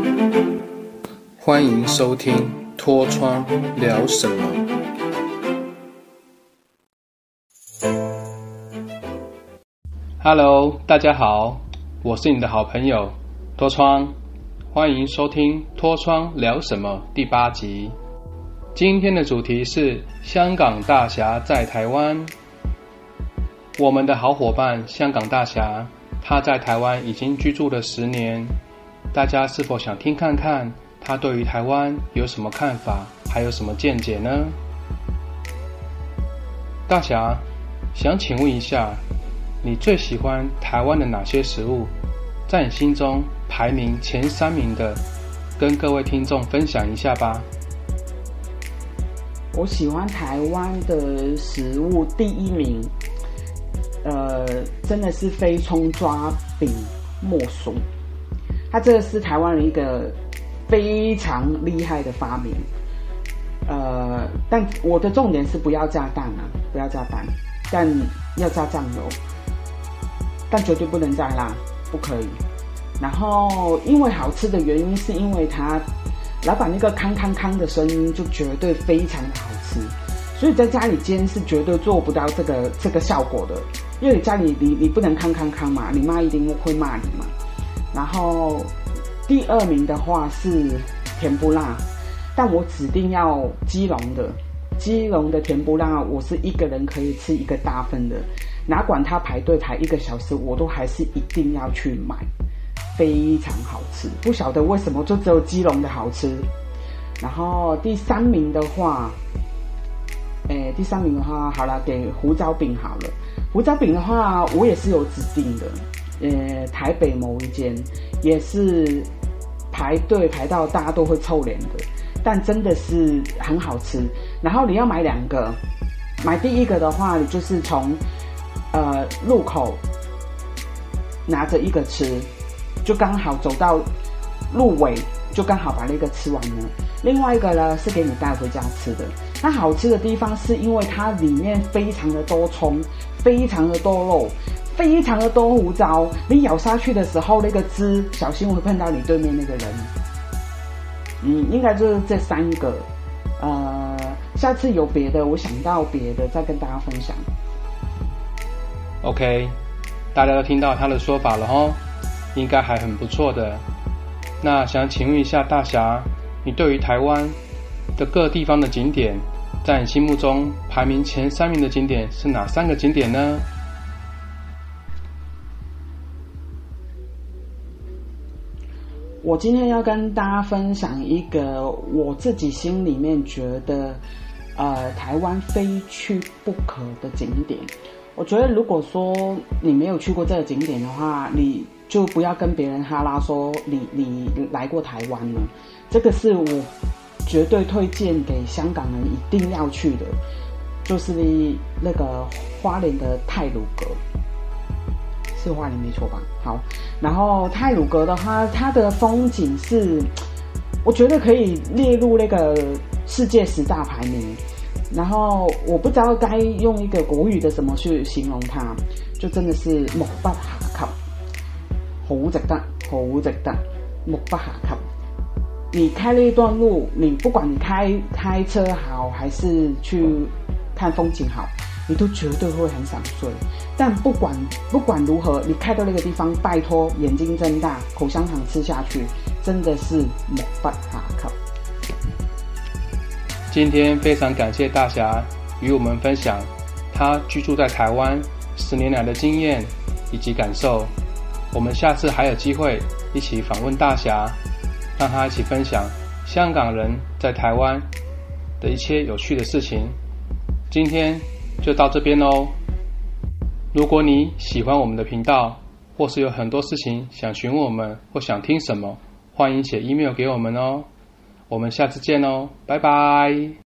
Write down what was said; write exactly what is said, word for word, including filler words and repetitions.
欢迎收听脱窗聊什么。Hello， 大家好，我是你的好朋友脱窗，欢迎收听脱窗聊什么第八集。今天的主题是香港大侠在台湾。我们的好伙伴香港大侠，他在台湾已经居住了十年，大家是否想听看看他对于台湾有什么看法，还有什么见解呢？大侠，想请问一下，你最喜欢台湾的哪些食物？在你心中排名前三名的，跟各位听众分享一下吧。 我喜欢台湾的食物，第一名，呃，真的是飞葱抓饼莫属。它这个是台湾人一个非常厉害的发明，呃，但我的重点是不要加蛋啊，不要加蛋，但要加酱油，但绝对不能加辣，不可以。然后因为好吃的原因，是因为它老板那个康康康的声音就绝对非常的好吃，所以在家里煎是绝对做不到这个这个效果的，因为你家里你你不能康康康嘛，你妈一定会骂你嘛。然后第二名的话是甜不辣，但我指定要基隆的，基隆的甜不辣，我是一个人可以吃一个大份的，哪管他排队排一个小时，我都还是一定要去买，非常好吃。不晓得为什么就只有基隆的好吃。然后第三名的话，诶，第三名的话，好了，给胡椒饼好了。胡椒饼的话，我也是有指定的。呃，台北某一间也是排队排到大家都会臭脸的，但真的是很好吃。然后你要买两个，买第一个的话，你就是从呃入口拿着一个吃，就刚好走到路尾，就刚好把那个吃完了。另外一个呢是给你带回家吃的。它好吃的地方是因为它里面非常的多葱，非常的多肉，非常的多胡椒，你咬下去的时候，那个汁小心会碰到你对面那个人。嗯，应该就是这三个。呃，下次有别的，我想到别的再跟大家分享。 OK， 大家都听到他的说法了齁，应该还很不错的。那想请问一下大侠，你对于台湾的各地方的景点，在你心目中排名前三名的景点是哪三个景点呢？ 我今天要跟大家分享一个我自己心里面觉得呃台湾非去不可的景点。我觉得如果说你没有去过这个景点的话，你就不要跟别人哈拉说你你来过台湾了。这个是我绝对推荐给香港人一定要去的，就是那个花莲的太鲁阁。是花莲没错吧？好，然后太鲁阁的话，它的风景是我觉得可以列入那个世界十大排名。然后我不知道该用一个国语的怎么去形容它，就真的是目不暇給，好值得，好值得，目不暇給。你開那段路，你不管你開開車好，還是去看風景好，你都絕對會很想睡。但不管不管如何，你開到那個地方，拜託眼睛睜大，口香糖吃下去，真的是目不暇給。 今天非常感謝大俠與我們分享他居住在台灣十年來的經驗以及感受。我們下次還有機會一起訪問大俠，讓他一起分享香港人在台灣的一些有趣的事情。今天就到這邊咯。如果你喜歡我們的頻道，或是有很多事情想詢問我們或想聽什麼，歡迎寫 email 給我們哦。我們下次見哦，拜拜。